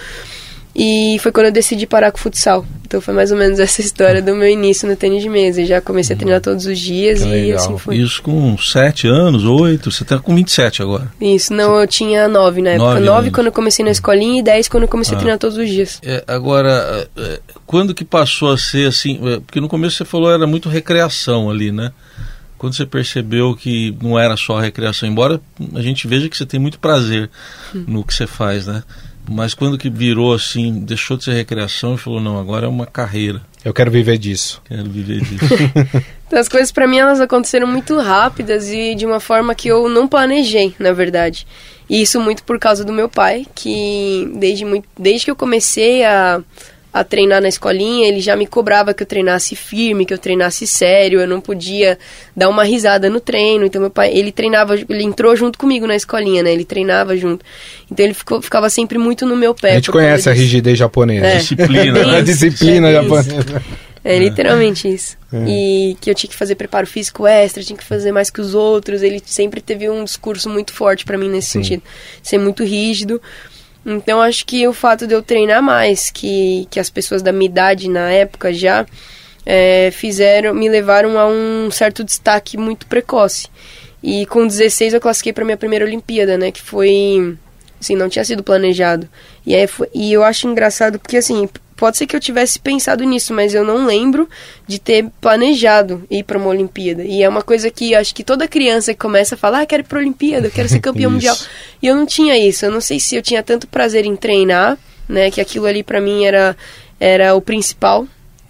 E foi quando eu decidi parar com o futsal. Então foi mais ou menos essa história do meu início no tênis de mesa. Eu já comecei a treinar todos os dias que e legal. assim foi. Isso com sete anos, oito, você tá com vinte e sete agora. Isso, não, eu tinha nove na época. nove quando eu comecei na escolinha e dez quando eu comecei ah. a treinar todos os dias. É, agora, quando que passou a ser assim, porque no começo você falou era muito recreação ali, né? Quando você percebeu que não era só recreação, embora a gente veja que você tem muito prazer hum. no que você faz, né? Mas quando que virou assim, deixou de ser recreação e falou, não, agora é uma carreira. Eu quero viver disso. Quero viver disso. Então, as coisas pra mim, elas aconteceram muito rápidas e de uma forma que eu não planejei, na verdade. E isso muito por causa do meu pai, que desde, muito, desde que eu comecei a... a treinar na escolinha, ele já me cobrava que eu treinasse firme, que eu treinasse sério, eu não podia dar uma risada no treino. Então meu pai, ele treinava, ele entrou junto comigo na escolinha, né, ele treinava junto, então ele ficou, ficava sempre muito no meu pé. A gente conhece a rigidez japonesa, é. disciplina, é a disciplina é japonesa. É literalmente isso. É. E que eu tinha que fazer preparo físico extra, tinha que fazer mais que os outros. Ele sempre teve um discurso muito forte pra mim nesse Sim. sentido, ser muito rígido. Então, acho que o fato de eu treinar mais, que, que as pessoas da minha idade na época já é, fizeram, me levaram a um certo destaque muito precoce. E com dezesseis eu classifiquei para minha primeira Olimpíada, né, que foi, assim, não tinha sido planejado. E, aí foi, e eu acho engraçado porque, assim, pode ser que eu tivesse pensado nisso, mas eu não lembro de ter planejado ir para uma Olimpíada. E é uma coisa que acho que toda criança que começa a falar, ah, quero ir para a Olimpíada, eu quero ser campeão mundial. E eu não tinha isso. Eu não sei se eu tinha tanto prazer em treinar, né, que aquilo ali para mim era, era o principal.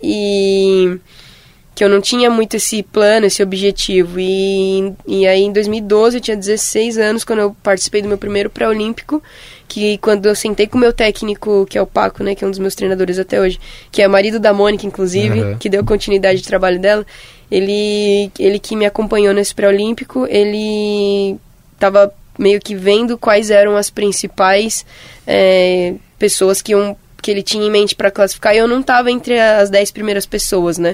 E que eu não tinha muito esse plano, esse objetivo. E, e aí em dois mil e doze, eu tinha dezesseis anos, quando eu participei do meu primeiro pré-olímpico, que quando eu sentei com o meu técnico, que é o Paco, né, que é um dos meus treinadores até hoje, que é marido da Mônica, inclusive, uhum. que deu continuidade de trabalho dela, ele, ele que me acompanhou nesse pré-olímpico, ele estava meio que vendo quais eram as principais é, pessoas que iam que ele tinha em mente para classificar, e eu não estava entre as dez primeiras pessoas, né?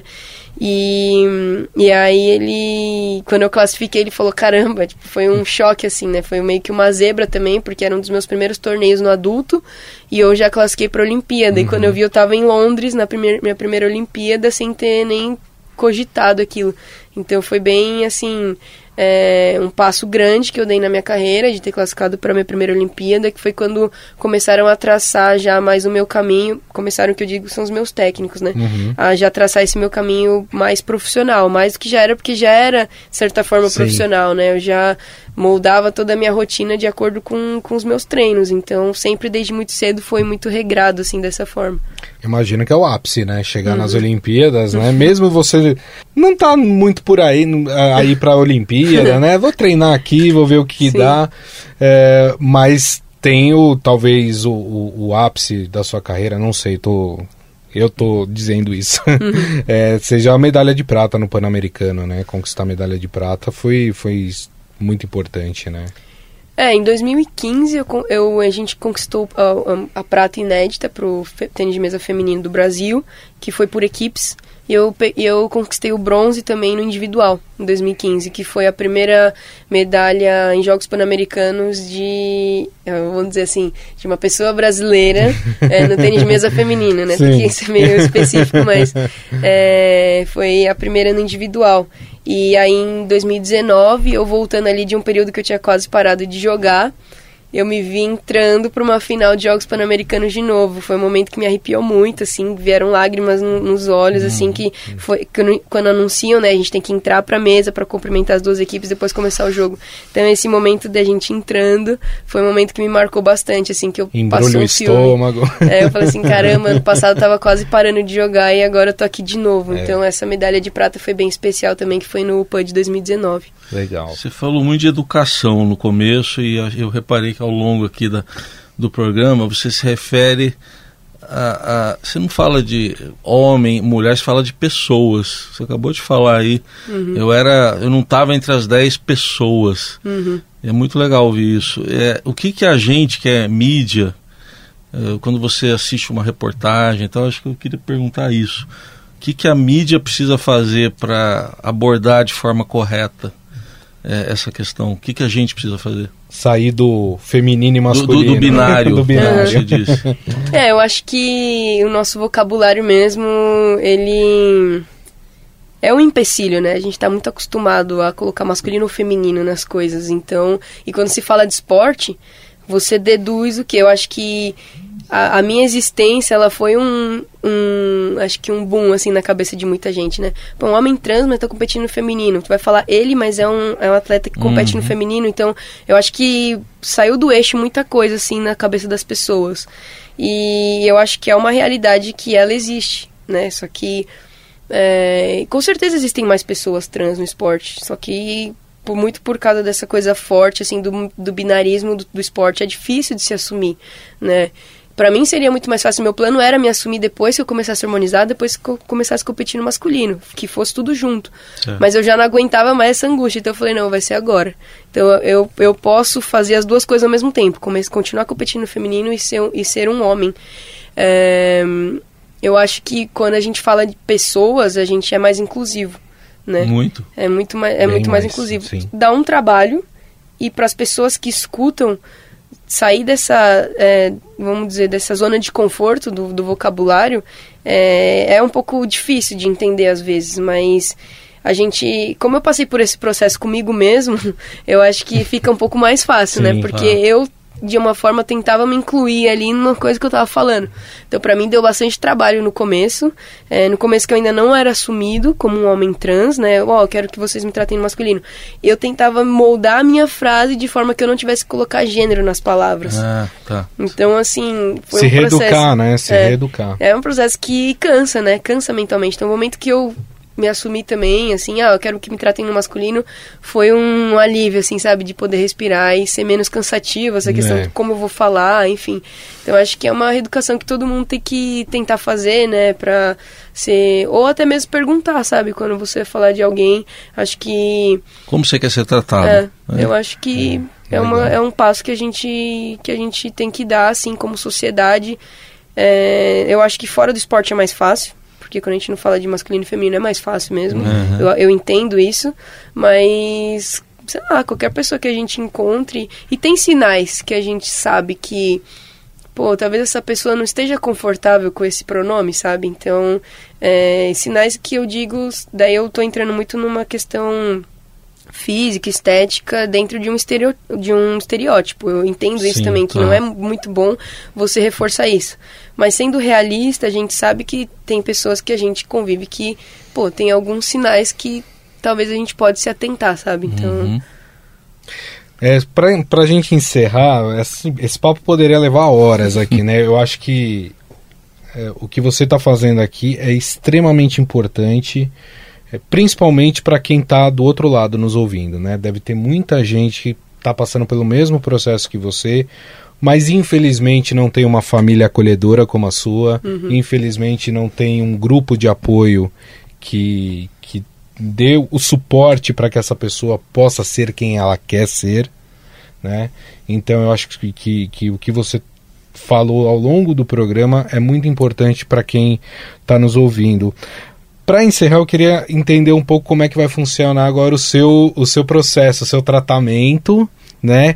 E, e aí ele, quando eu classifiquei, ele falou, caramba, tipo, foi um choque, assim, né? Foi meio que uma zebra também, porque era um dos meus primeiros torneios no adulto, e eu já classifiquei pra Olimpíada. Uhum. E quando eu vi, eu tava em Londres, na primeir, minha primeira Olimpíada, sem ter nem cogitado aquilo. Então foi bem, assim... É um passo grande que eu dei na minha carreira, de ter classificado para a minha primeira Olimpíada, que foi quando começaram a traçar já mais o meu caminho, começaram, que eu digo, são os meus técnicos, né? Uhum. A já traçar esse meu caminho mais profissional, mais do que já era, porque já era, de certa forma, Sim. profissional, né? Eu já moldava toda a minha rotina de acordo com, com os meus treinos, então sempre desde muito cedo foi muito regrado, assim, dessa forma. Imagino que é o ápice, né? Chegar uhum. nas Olimpíadas, né? Mesmo você não tá muito por aí, aí pra Olimpíada, né? Vou treinar aqui, vou ver o que, que dá, é, mas tem o, talvez o, o, o ápice da sua carreira, não sei, tô... Eu tô dizendo isso. Uhum. é, seja a medalha de prata no Pan-Americano, né? Conquistar a medalha de prata foi... foi muito importante, né? É, em dois mil e quinze eu, eu, a gente conquistou a, a, a prata inédita pro fe, tênis de mesa feminino do Brasil, que foi por equipes, e eu, eu conquistei o bronze também no individual, em dois mil e quinze, que foi a primeira medalha em Jogos Pan-Americanos de, vamos dizer assim, de uma pessoa brasileira é, no tênis de mesa feminino, né? Sim. Tem que ser meio específico, mas é, foi a primeira no individual. E aí em dois mil e dezenove, eu voltando ali de um período que eu tinha quase parado de jogar, eu me vi entrando para uma final de Jogos Pan-Americanos de novo. Foi um momento que me arrepiou muito, assim, vieram lágrimas no, nos olhos, hum, assim, que foi que, quando anunciam, né, a gente tem que entrar para a mesa para cumprimentar as duas equipes e depois começar o jogo. Então esse momento da gente entrando foi um momento que me marcou bastante, assim, que eu Embrulho o estômago. É, eu falei assim, caramba, ano passado eu tava quase parando de jogar e agora eu tô aqui de novo. É. Então essa medalha de prata foi bem especial também, que foi no Pan de dois mil e dezenove. Legal. Você falou muito de educação no começo e eu reparei que ao longo aqui da, do programa você se refere a, a... Você não fala de homem, mulher, você fala de pessoas. Você acabou de falar aí. Uhum. Eu era, eu não estava entre as dez pessoas. Uhum. É muito legal ouvir isso. É, o que, que a gente, que é mídia, é, quando você assiste uma reportagem, então acho que eu queria perguntar isso. O que, que a mídia precisa fazer para abordar de forma correta É, essa questão? O que, que a gente precisa fazer? Sair do feminino e masculino. Do, do, do binário. do binário. Você disse. É, eu acho que o nosso vocabulário mesmo, ele é um empecilho, né? A gente tá muito acostumado a colocar masculino ou feminino nas coisas. Então, e quando se fala de esporte, você deduz o quê? Eu acho que A, a minha existência, ela foi um, um, acho que um boom, assim, na cabeça de muita gente, né? Pô, um homem trans, mas tá competindo no feminino. Tu vai falar ele, mas é um, é um atleta que compete uhum. no feminino. Então, eu acho que saiu do eixo muita coisa, assim, na cabeça das pessoas. E eu acho que é uma realidade que ela existe, né? Só que, é, com certeza existem mais pessoas trans no esporte. Só que, por, muito por causa dessa coisa forte, assim, do, do binarismo do, do esporte, é difícil de se assumir, né? Pra mim seria muito mais fácil, meu plano era me assumir depois que eu começasse a harmonizar, depois que eu começasse a competir no masculino, que fosse tudo junto. É. Mas eu já não aguentava mais essa angústia, então eu falei, não, vai ser agora. Então eu, eu posso fazer as duas coisas ao mesmo tempo, comece, continuar competindo no feminino e ser, e ser um homem. É, eu acho que quando a gente fala de pessoas, a gente é mais inclusivo, né? Muito. É muito mais, é muito mais, mais inclusivo. Sim. Dá um trabalho, e para as pessoas que escutam, sair dessa, é, vamos dizer, dessa zona de conforto do, do vocabulário é, é um pouco difícil de entender às vezes, mas a gente, como eu passei por esse processo comigo mesmo, eu acho que fica um pouco mais fácil, Sim, né? Porque ah. eu, de uma forma, tentava me incluir ali numa coisa que eu tava falando. Então, pra mim, deu bastante trabalho no começo. É, no começo que eu ainda não era assumido como um homem trans, né? Ó, oh, quero que vocês me tratem no masculino. Eu tentava moldar a minha frase de forma que eu não tivesse que colocar gênero nas palavras. Ah, tá. Então, assim, foi Se um processo... Se reeducar, né? Se é, reeducar. É um processo que cansa, né? Cansa mentalmente. Então, no momento que eu me assumi também, assim, ah, eu quero que me tratem no masculino, foi um alívio, assim, sabe, de poder respirar e ser menos cansativo, essa questão é. de como eu vou falar, enfim. Então, acho que é uma reeducação que todo mundo tem que tentar fazer, né, pra ser, ou até mesmo perguntar, sabe, quando você falar de alguém, acho que... Como você quer ser tratado? É, é. Eu acho que é, é, uma, é um passo que a gente, que a gente tem que dar, assim, como sociedade, É, eu acho que fora do esporte é mais fácil, porque quando a gente não fala de masculino e feminino é mais fácil mesmo. Uhum. Eu, eu entendo isso, mas, sei lá, qualquer pessoa que a gente encontre... E tem sinais que a gente sabe que, pô, talvez essa pessoa não esteja confortável com esse pronome, sabe? Então, é, sinais que eu digo... Daí eu tô entrando muito numa questão física, estética, dentro de um, estereo, de um estereótipo. Eu entendo Sim, isso também, que tá. não é muito bom você reforçar isso. Mas sendo realista, a gente sabe que tem pessoas que a gente convive que, pô, tem alguns sinais que talvez a gente pode se atentar, sabe? Então... Uhum. É, pra, pra gente encerrar, esse, esse papo poderia levar horas aqui, né? Eu acho que é, o que você está fazendo aqui é extremamente importante, é, principalmente para quem está do outro lado nos ouvindo, né? Deve ter muita gente que está passando pelo mesmo processo que você, mas infelizmente não tem uma família acolhedora como a sua, uhum. infelizmente não tem um grupo de apoio que, que dê o suporte para que essa pessoa possa ser quem ela quer ser, né? Então eu acho que, que, que o que você falou ao longo do programa é muito importante para quem está nos ouvindo. Para encerrar, eu queria entender um pouco como é que vai funcionar agora o seu, o seu processo, o seu tratamento, né?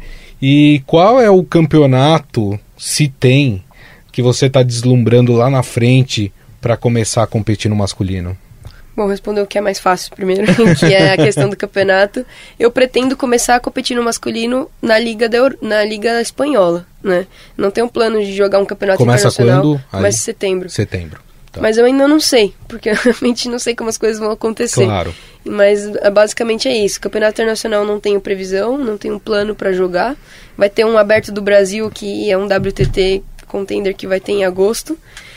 E qual é o campeonato, se tem, que você está deslumbrando lá na frente para começar a competir no masculino? Bom, responder o que é mais fácil primeiro, que é a questão do campeonato. Eu pretendo começar a competir no masculino na Liga, da Euro... na Liga Espanhola, né? Não tenho plano de jogar um campeonato Começa internacional. Quando? Começa em setembro. Setembro. Tá. Mas eu ainda não sei, porque eu realmente não sei como as coisas vão acontecer. Claro. Mas basicamente é isso. Campeonato internacional não tenho previsão, não tenho plano para jogar. Vai ter um aberto do Brasil, que é um W T T contender que vai ter em agosto.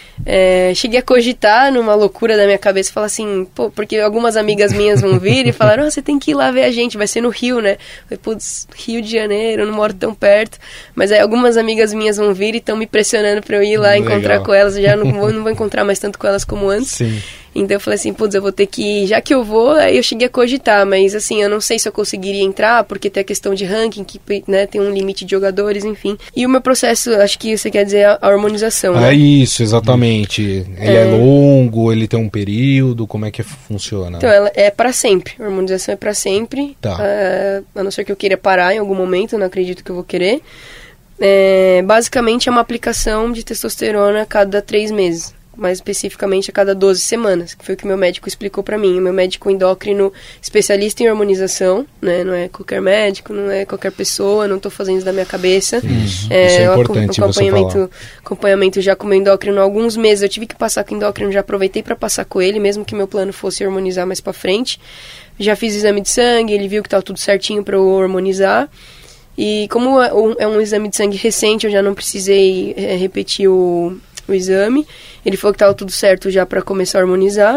É, cheguei a cogitar numa loucura da minha cabeça, falar assim, pô, porque algumas amigas minhas vão vir e falaram, oh, você tem que ir lá ver a gente, vai ser no Rio, né? Eu falei, putz, Rio de Janeiro, eu não moro tão perto. Mas aí algumas amigas minhas vão vir e estão me pressionando pra eu ir lá Legal. encontrar com elas. Eu já não vou, não vou encontrar mais tanto com elas como antes. Sim. Então eu falei assim, putz, eu vou ter que ir, já que eu vou, aí eu cheguei a cogitar, mas assim, eu não sei se eu conseguiria entrar, porque tem a questão de ranking, que né, tem um limite de jogadores, enfim. E o meu processo, acho que você quer dizer a, a harmonização, né? É isso, exatamente. Ele é... é longo, ele tem um período, como é que funciona? Então, ela é para sempre, a harmonização é para sempre, tá. uh, a não ser que eu queira parar em algum momento, eu não acredito que eu vou querer. É, basicamente é uma aplicação de testosterona a cada três meses. Mais especificamente a cada doze semanas, que foi o que meu médico explicou pra mim. O meu médico endócrino, especialista em hormonização, né? Não é qualquer médico, não é qualquer pessoa, não tô fazendo isso da minha cabeça. Isso, é, isso é importante acompanhamento, você falar. Acompanhamento já com o meu endócrino há alguns meses. Eu tive que passar com o endócrino, já aproveitei pra passar com ele, mesmo que meu plano fosse hormonizar mais pra frente. Já fiz exame de sangue, ele viu que tava tudo certinho pra eu hormonizar. E como é um exame de sangue recente, eu já não precisei é, repetir o... o exame, ele falou que estava tudo certo já para começar a harmonizar,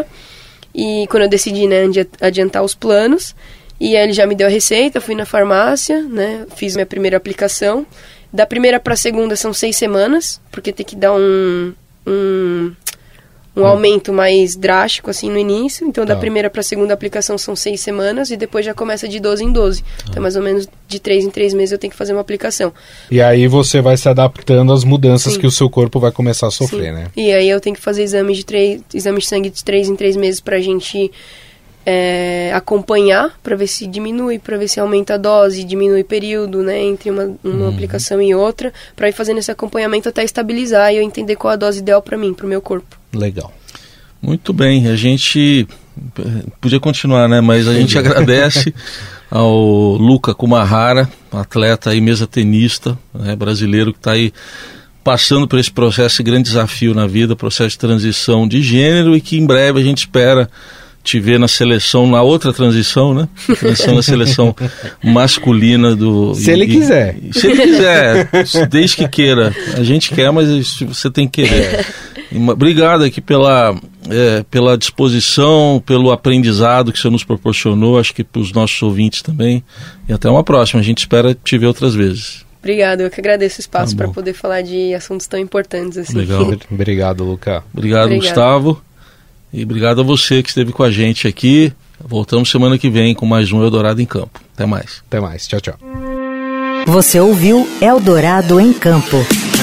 e quando eu decidi, né, adiantar os planos, e aí ele já me deu a receita, fui na farmácia, né, fiz minha primeira aplicação, da primeira para a segunda são seis semanas, porque tem que dar um, um, um hum. aumento mais drástico, assim, no início, então tá. Da primeira para a segunda aplicação são seis semanas, e depois já começa de doze em doze, ah. então mais ou menos de três em três meses eu tenho que fazer uma aplicação. E aí você vai se adaptando às mudanças Sim. que o seu corpo vai começar a sofrer, Sim. né? E aí eu tenho que fazer exame de, três, exame de sangue de três em três meses pra gente é, acompanhar, pra ver se diminui, pra ver se aumenta a dose, diminui o período, né, entre uma, uma uhum. aplicação e outra, pra ir fazendo esse acompanhamento até estabilizar e eu entender qual a dose ideal pra mim, pro meu corpo. Legal. Muito bem, a gente podia continuar, né? Mas a gente agradece ao Luca Kumahara, atleta e mesa tenista, né, brasileiro que está aí passando por esse processo, esse grande desafio na vida, processo de transição de gênero, e que em breve a gente espera te ver na seleção, na outra transição, né? Transição na seleção masculina do... Se e, ele quiser. E, se ele quiser, desde que queira. A gente quer, mas você tem que querer. Obrigado aqui pela, é, pela disposição, pelo aprendizado que você nos proporcionou, acho que para os nossos ouvintes também. E até uma próxima, a gente espera te ver outras vezes. Obrigado, eu que agradeço o espaço tá para poder falar de assuntos tão importantes assim. Legal. Obrigado, Luca. Obrigado, Obrigado, Gustavo. E obrigado a você que esteve com a gente aqui. Voltamos semana que vem com mais um Eldorado em Campo. Até mais. Até mais. Tchau, tchau. Você ouviu Eldorado em Campo.